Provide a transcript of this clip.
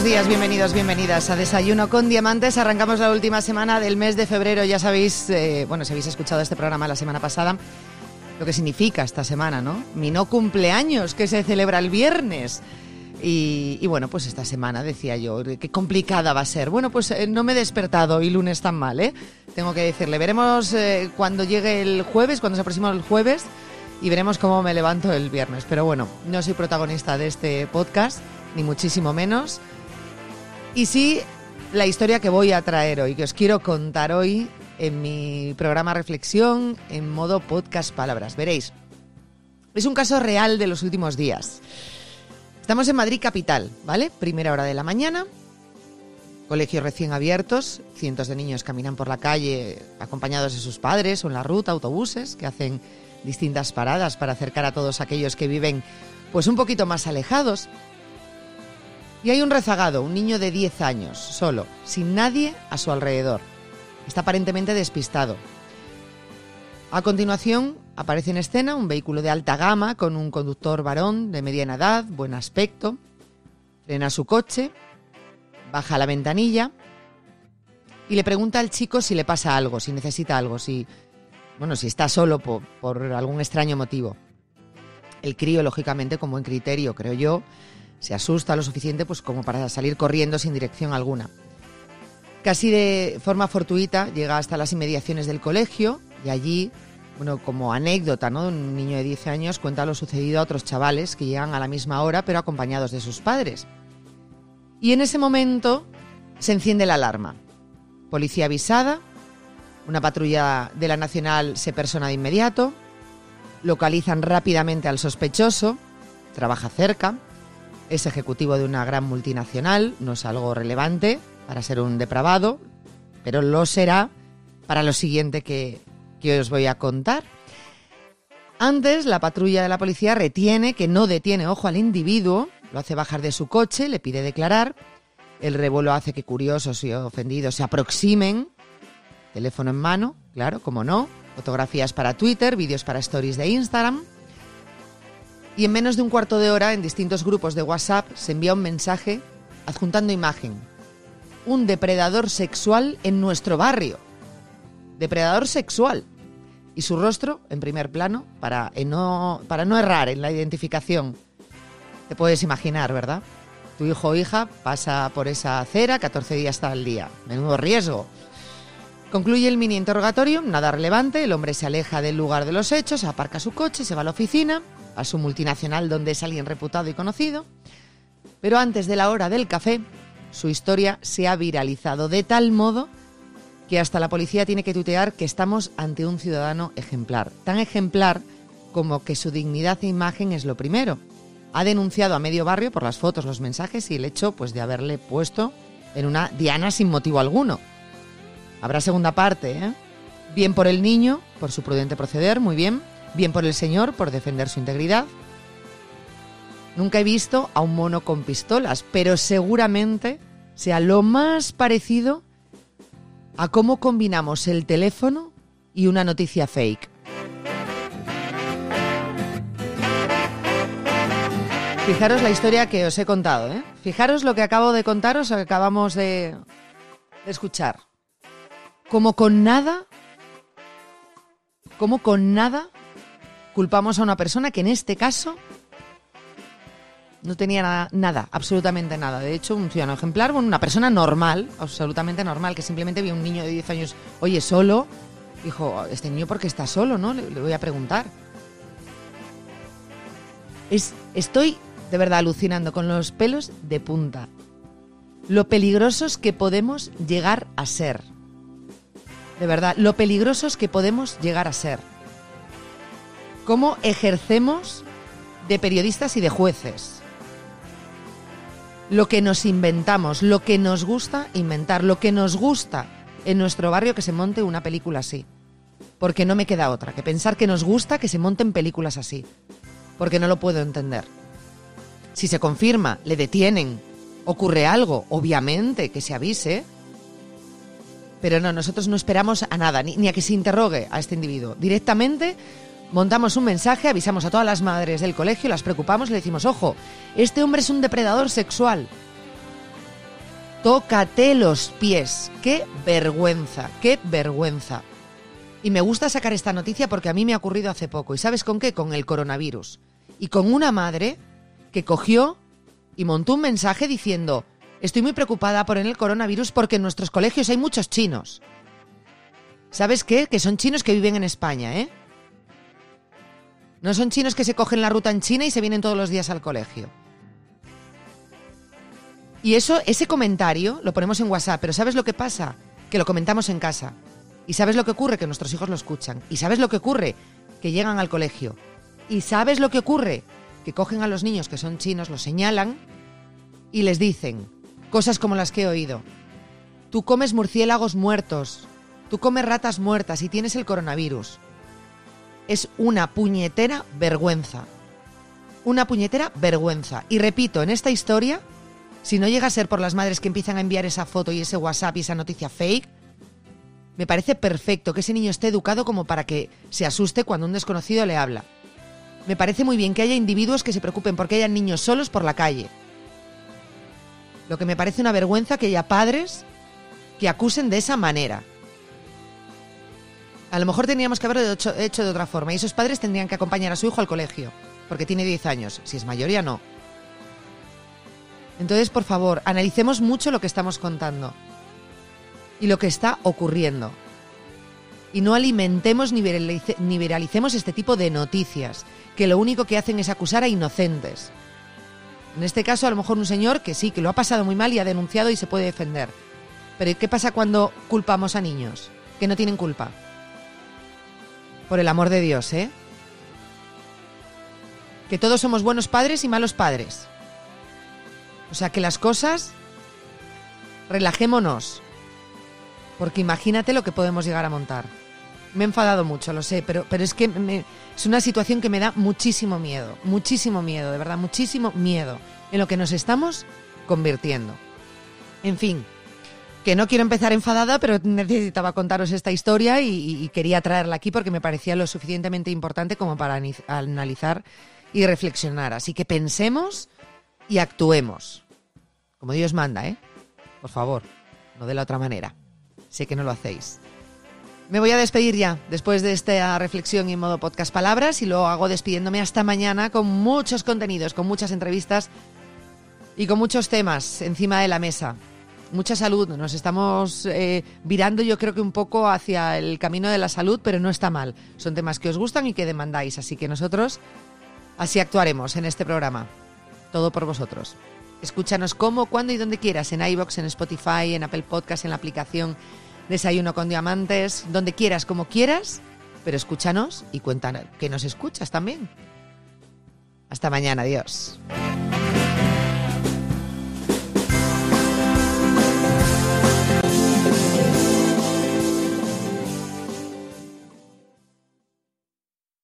días, bienvenidos, bienvenidas a Desayuno con Diamantes. Arrancamos la última semana del mes de febrero. Ya sabéis, si habéis escuchado este programa la semana pasada, lo que significa esta semana, ¿no? Mi no cumpleaños, que se celebra el viernes. Y bueno, pues esta semana decía yo, qué complicada va a ser. Bueno, pues no me he despertado y lunes tan mal, ¿eh? Tengo que decirle. Veremos cuando llegue el jueves, cuando se aproxima el jueves, y veremos cómo me levanto el viernes. Pero bueno, no soy protagonista de este podcast, ni muchísimo menos. Y sí, la historia que voy a traer hoy, que os quiero contar hoy en mi programa Reflexión en modo podcast palabras. Veréis, es un caso real de los últimos días. Estamos en Madrid capital, ¿vale? Primera hora de la mañana, colegios recién abiertos, cientos de niños caminan por la calle acompañados de sus padres o en la ruta, autobuses que hacen distintas paradas para acercar a todos aquellos que viven pues un poquito más alejados. Y hay un rezagado, un niño de 10 años, solo, sin nadie a su alrededor. Está aparentemente despistado. A continuación aparece en escena un vehículo de alta gama con un conductor varón de mediana edad, buen aspecto. Frena su coche, baja la ventanilla y le pregunta al chico si le pasa algo, si necesita algo, si está solo por algún extraño motivo. El crío, lógicamente, con buen criterio, creo yo, se asusta lo suficiente pues como para salir corriendo sin dirección alguna. Casi de forma fortuita llega hasta las inmediaciones del colegio y allí, como anécdota, ¿no?, de un niño de 10 años, cuenta lo sucedido a otros chavales que llegan a la misma hora pero acompañados de sus padres. Y en ese momento se enciende la alarma. Policía avisada, una patrulla de la Nacional se persona de inmediato, localizan rápidamente al sospechoso, trabaja cerca, es ejecutivo de una gran multinacional, no es algo relevante para ser un depravado, pero lo será para lo siguiente que os voy a contar. Antes, la patrulla de la policía no detiene, ojo, al individuo, lo hace bajar de su coche, le pide declarar, el revuelo hace que curiosos y ofendidos se aproximen, teléfono en mano, claro, como no, fotografías para Twitter, vídeos para stories de Instagram. Y en menos de un cuarto de hora, en distintos grupos de WhatsApp, se envía un mensaje adjuntando imagen. Un depredador sexual en nuestro barrio. Depredador sexual. Y su rostro en primer plano para no errar en la identificación. Te puedes imaginar, ¿verdad? Tu hijo o hija pasa por esa acera 14 días al día. Menudo riesgo. Concluye el mini interrogatorio, nada relevante, el hombre se aleja del lugar de los hechos, aparca su coche, se va a la oficina, a su multinacional donde es alguien reputado y conocido, pero antes de la hora del café, su historia se ha viralizado de tal modo que hasta la policía tiene que tuitear que estamos ante un ciudadano ejemplar, tan ejemplar como que su dignidad e imagen es lo primero. Ha denunciado a medio barrio por las fotos, los mensajes y el hecho de haberle puesto en una diana sin motivo alguno. Habrá segunda parte, ¿eh? Bien por el niño, por su prudente proceder, muy bien. Bien por el señor, por defender su integridad. Nunca he visto a un mono con pistolas, pero seguramente sea lo más parecido a cómo combinamos el teléfono y una noticia fake. Fijaros la historia que os he contado, ¿eh? Fijaros lo que acabo de contaros, lo que acabamos de escuchar. Como con nada culpamos a una persona que en este caso no tenía nada, absolutamente nada. De hecho, un ciudadano ejemplar, una persona normal, absolutamente normal, que simplemente vio a un niño de 10 años, oye, solo, dijo, este niño ¿por qué está solo, no? Le voy a preguntar. Estoy de verdad alucinando con los pelos de punta. Lo peligrosos que podemos llegar a ser. De verdad, lo peligrosos que podemos llegar a ser. Cómo ejercemos de periodistas y de jueces. Lo que nos inventamos, lo que nos gusta inventar, lo que nos gusta en nuestro barrio que se monte una película así. Porque no me queda otra que pensar que nos gusta que se monten películas así. Porque no lo puedo entender. Si se confirma, le detienen, ocurre algo, obviamente que se avise. Pero no, nosotros no esperamos a nada, ni a que se interrogue a este individuo. Directamente montamos un mensaje, avisamos a todas las madres del colegio, las preocupamos, le decimos, ojo, este hombre es un depredador sexual. Tócate los pies. ¡Qué vergüenza! ¡Qué vergüenza! Y me gusta sacar esta noticia porque a mí me ha ocurrido hace poco. ¿Y sabes con qué? Con el coronavirus. Y con una madre que cogió y montó un mensaje diciendo: estoy muy preocupada por el coronavirus porque en nuestros colegios hay muchos chinos. ¿Sabes qué? Que son chinos que viven en España, ¿eh? No son chinos que se cogen la ruta en China y se vienen todos los días al colegio. Y ese comentario lo ponemos en WhatsApp, pero ¿sabes lo que pasa? Que lo comentamos en casa. ¿Y sabes lo que ocurre? Que nuestros hijos lo escuchan. ¿Y sabes lo que ocurre? Que llegan al colegio. ¿Y sabes lo que ocurre? Que cogen a los niños que son chinos, los señalan y les dicen cosas como las que he oído. Tú comes murciélagos muertos, tú comes ratas muertas y tienes el coronavirus. Es una puñetera vergüenza. Una puñetera vergüenza. Y repito, en esta historia, si no llega a ser por las madres que empiezan a enviar esa foto y ese WhatsApp y esa noticia fake, me parece perfecto que ese niño esté educado como para que se asuste cuando un desconocido le habla. Me parece muy bien que haya individuos que se preocupen porque hayan niños solos por la calle. Lo que me parece una vergüenza que haya padres que acusen de esa manera. A lo mejor tendríamos que haberlo hecho de otra forma y esos padres tendrían que acompañar a su hijo al colegio, porque tiene 10 años. Si es mayor ya no. Entonces, por favor, analicemos mucho lo que estamos contando y lo que está ocurriendo. Y no alimentemos ni viralicemos este tipo de noticias, que lo único que hacen es acusar a inocentes. En este caso, a lo mejor un señor que sí, que lo ha pasado muy mal y ha denunciado y se puede defender. Pero ¿qué pasa cuando culpamos a niños que no tienen culpa? Por el amor de Dios, ¿eh? Que todos somos buenos padres y malos padres. O sea, que las cosas, relajémonos. Porque imagínate lo que podemos llegar a montar. Me he enfadado mucho, lo sé, pero es que es una situación que me da muchísimo miedo, de verdad, muchísimo miedo en lo que nos estamos convirtiendo. En fin, que no quiero empezar enfadada, pero necesitaba contaros esta historia y quería traerla aquí porque me parecía lo suficientemente importante como para analizar y reflexionar. Así que pensemos y actuemos. Como Dios manda, ¿eh? Por favor, no de la otra manera. Sé que no lo hacéis. Me voy a despedir ya, después de esta reflexión y en modo podcast palabras, y lo hago despidiéndome hasta mañana con muchos contenidos, con muchas entrevistas y con muchos temas encima de la mesa. Mucha salud, nos estamos virando yo creo que un poco hacia el camino de la salud, pero no está mal. Son temas que os gustan y que demandáis, así que nosotros así actuaremos en este programa. Todo por vosotros. Escúchanos como, cuando y donde quieras, en iVoox, en Spotify, en Apple Podcast, en la aplicación Desayuno con Diamantes, donde quieras, como quieras, pero escúchanos y cuéntanos que nos escuchas también. Hasta mañana, adiós.